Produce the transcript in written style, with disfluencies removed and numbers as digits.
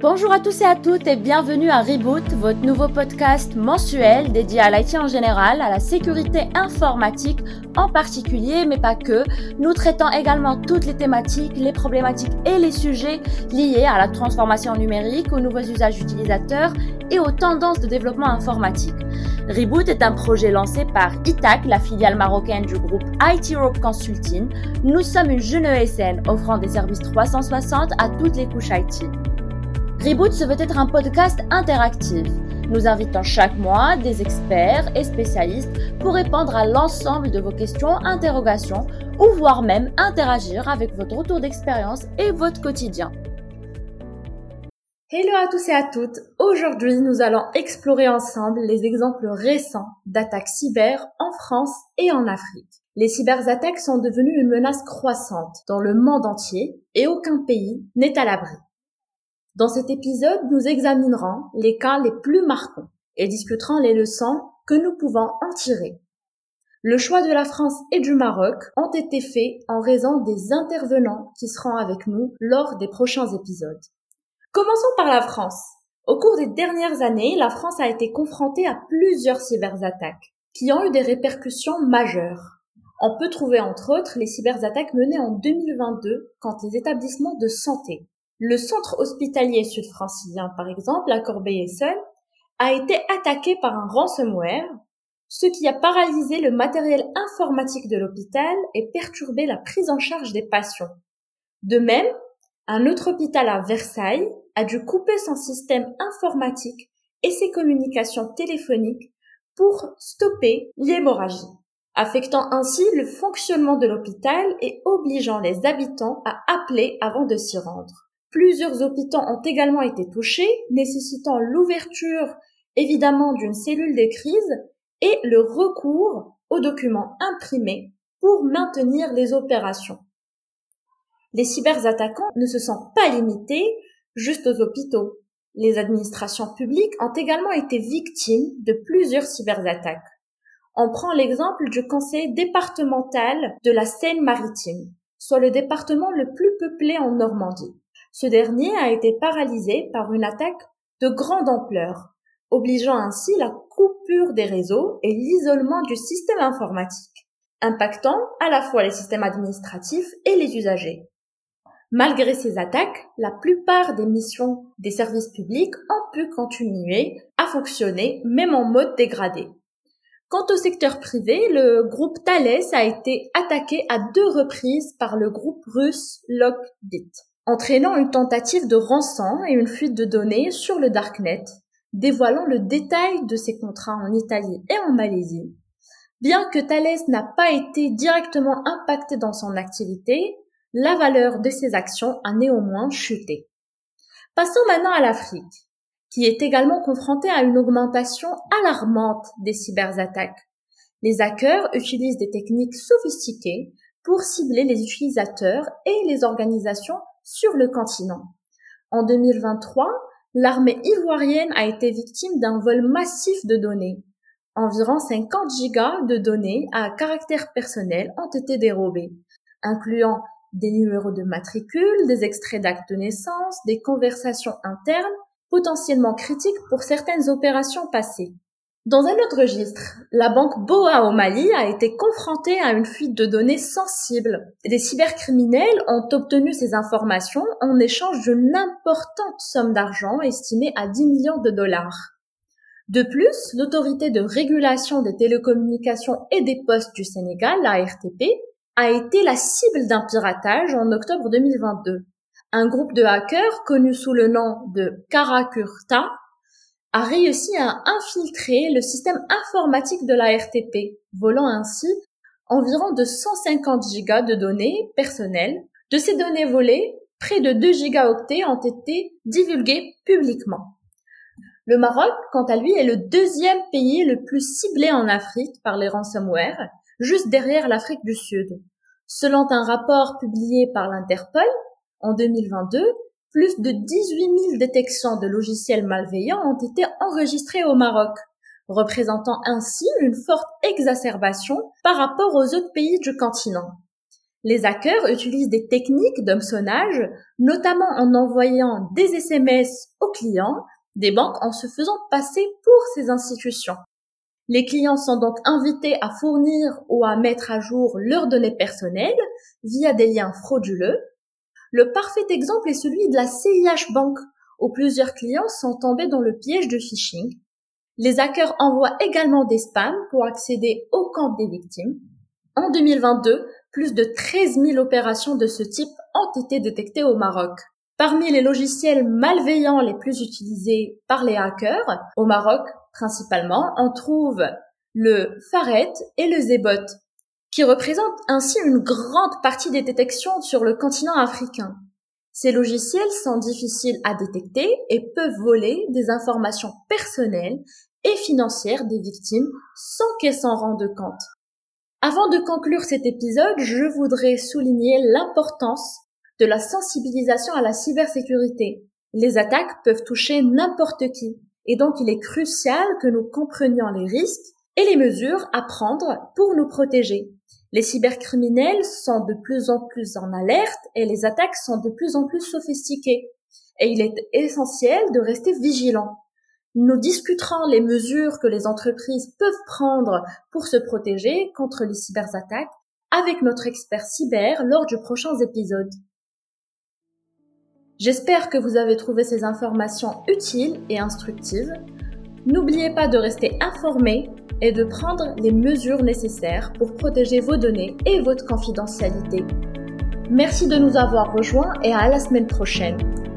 Bonjour à tous et à toutes et bienvenue à Reboot, votre nouveau podcast mensuel dédié à l'IT en général, à la sécurité informatique en particulier, mais pas que. Nous traitons également toutes les thématiques, les problématiques et les sujets liés à la transformation numérique, aux nouveaux usages utilisateurs et aux tendances de développement informatique. Reboot est un projet lancé par ITAC, la filiale marocaine du groupe IT Europe Consulting. Nous sommes une jeune ESN offrant des services 360 à toutes les couches IT. Reboot se veut être un podcast interactif. Nous invitons chaque mois des experts et spécialistes pour répondre à l'ensemble de vos questions, interrogations ou voire même interagir avec votre retour d'expérience et votre quotidien. Hello à tous et à toutes. Aujourd'hui, nous allons explorer ensemble les exemples récents d'attaques cyber en France et en Afrique. Les cyberattaques sont devenues une menace croissante dans le monde entier et aucun pays n'est à l'abri. Dans cet épisode, nous examinerons les cas les plus marquants et discuterons les leçons que nous pouvons en tirer. Le choix de la France et du Maroc ont été faits en raison des intervenants qui seront avec nous lors des prochains épisodes. Commençons par la France. Au cours des dernières années, la France a été confrontée à plusieurs cyberattaques qui ont eu des répercussions majeures. On peut trouver entre autres les cyberattaques menées en 2022 contre les établissements de santé. Le centre hospitalier sud-francilien, par exemple, à Corbeil-Essonnes, a été attaqué par un ransomware, ce qui a paralysé le matériel informatique de l'hôpital et perturbé la prise en charge des patients. De même, un autre hôpital à Versailles a dû couper son système informatique et ses communications téléphoniques pour stopper l'hémorragie, affectant ainsi le fonctionnement de l'hôpital et obligeant les habitants à appeler avant de s'y rendre. Plusieurs hôpitaux ont également été touchés, nécessitant l'ouverture évidemment d'une cellule de crise et le recours aux documents imprimés pour maintenir les opérations. Les cyberattaquants ne se sont pas limités juste aux hôpitaux. Les administrations publiques ont également été victimes de plusieurs cyberattaques. On prend l'exemple du conseil départemental de la Seine-Maritime, soit le département le plus peuplé en Normandie. Ce dernier a été paralysé par une attaque de grande ampleur, obligeant ainsi la coupure des réseaux et l'isolement du système informatique, impactant à la fois les systèmes administratifs et les usagers. Malgré ces attaques, la plupart des missions des services publics ont pu continuer à fonctionner, même en mode dégradé. Quant au secteur privé, le groupe Thales a été attaqué à 2 reprises par le groupe russe Lockbit, entraînant une tentative de rançon et une fuite de données sur le Darknet, dévoilant le détail de ses contrats en Italie et en Malaisie. Bien que Thales n'a pas été directement impacté dans son activité, la valeur de ses actions a néanmoins chuté. Passons maintenant à l'Afrique, qui est également confrontée à une augmentation alarmante des cyberattaques. Les hackers utilisent des techniques sophistiquées pour cibler les utilisateurs et les organisations sur le continent. En 2023, l'armée ivoirienne a été victime d'un vol massif de données. Environ 50 gigas de données à caractère personnel ont été dérobés, incluant des numéros de matricule, des extraits d'actes de naissance, des conversations internes, potentiellement critiques pour certaines opérations passées. Dans un autre registre, la banque BOA au Mali a été confrontée à une fuite de données sensibles. Des cybercriminels ont obtenu ces informations en échange d'une importante somme d'argent estimée à 10 millions de dollars. De plus, l'autorité de régulation des télécommunications et des postes du Sénégal, l'ARTP, a été la cible d'un piratage en octobre 2022. Un groupe de hackers connu sous le nom de Karakurta a réussi à infiltrer le système informatique de la RTP, volant ainsi environ de 150 gigas de données personnelles. De ces données volées, près de 2 gigaoctets ont été divulgués publiquement. Le Maroc, quant à lui, est le 2e pays le plus ciblé en Afrique par les ransomware, juste derrière l'Afrique du Sud. Selon un rapport publié par l'Interpol en 2022, plus de 18 000 détections de logiciels malveillants ont été enregistrées au Maroc, représentant ainsi une forte exacerbation par rapport aux autres pays du continent. Les hackers utilisent des techniques d'hameçonnage, notamment en envoyant des SMS aux clients des banques en se faisant passer pour ces institutions. Les clients sont donc invités à fournir ou à mettre à jour leurs données personnelles via des liens frauduleux. Le parfait exemple est celui de la CIH Bank, où plusieurs clients sont tombés dans le piège de phishing. Les hackers envoient également des spams pour accéder aux comptes des victimes. En 2022, plus de 13 000 opérations de ce type ont été détectées au Maroc. Parmi les logiciels malveillants les plus utilisés par les hackers, au Maroc principalement, on trouve le Faret et le Zebot, qui représentent ainsi une grande partie des détections sur le continent africain. Ces logiciels sont difficiles à détecter et peuvent voler des informations personnelles et financières des victimes sans qu'elles s'en rendent compte. Avant de conclure cet épisode, je voudrais souligner l'importance de la sensibilisation à la cybersécurité. Les attaques peuvent toucher n'importe qui, et donc il est crucial que nous comprenions les risques et les mesures à prendre pour nous protéger. Les cybercriminels sont de plus en plus en alerte et les attaques sont de plus en plus sophistiquées. Et il est essentiel de rester vigilant. Nous discuterons les mesures que les entreprises peuvent prendre pour se protéger contre les cyberattaques avec notre expert cyber lors du prochain épisode. J'espère que vous avez trouvé ces informations utiles et instructives. N'oubliez pas de rester informé et de prendre les mesures nécessaires pour protéger vos données et votre confidentialité. Merci de nous avoir rejoints et à la semaine prochaine.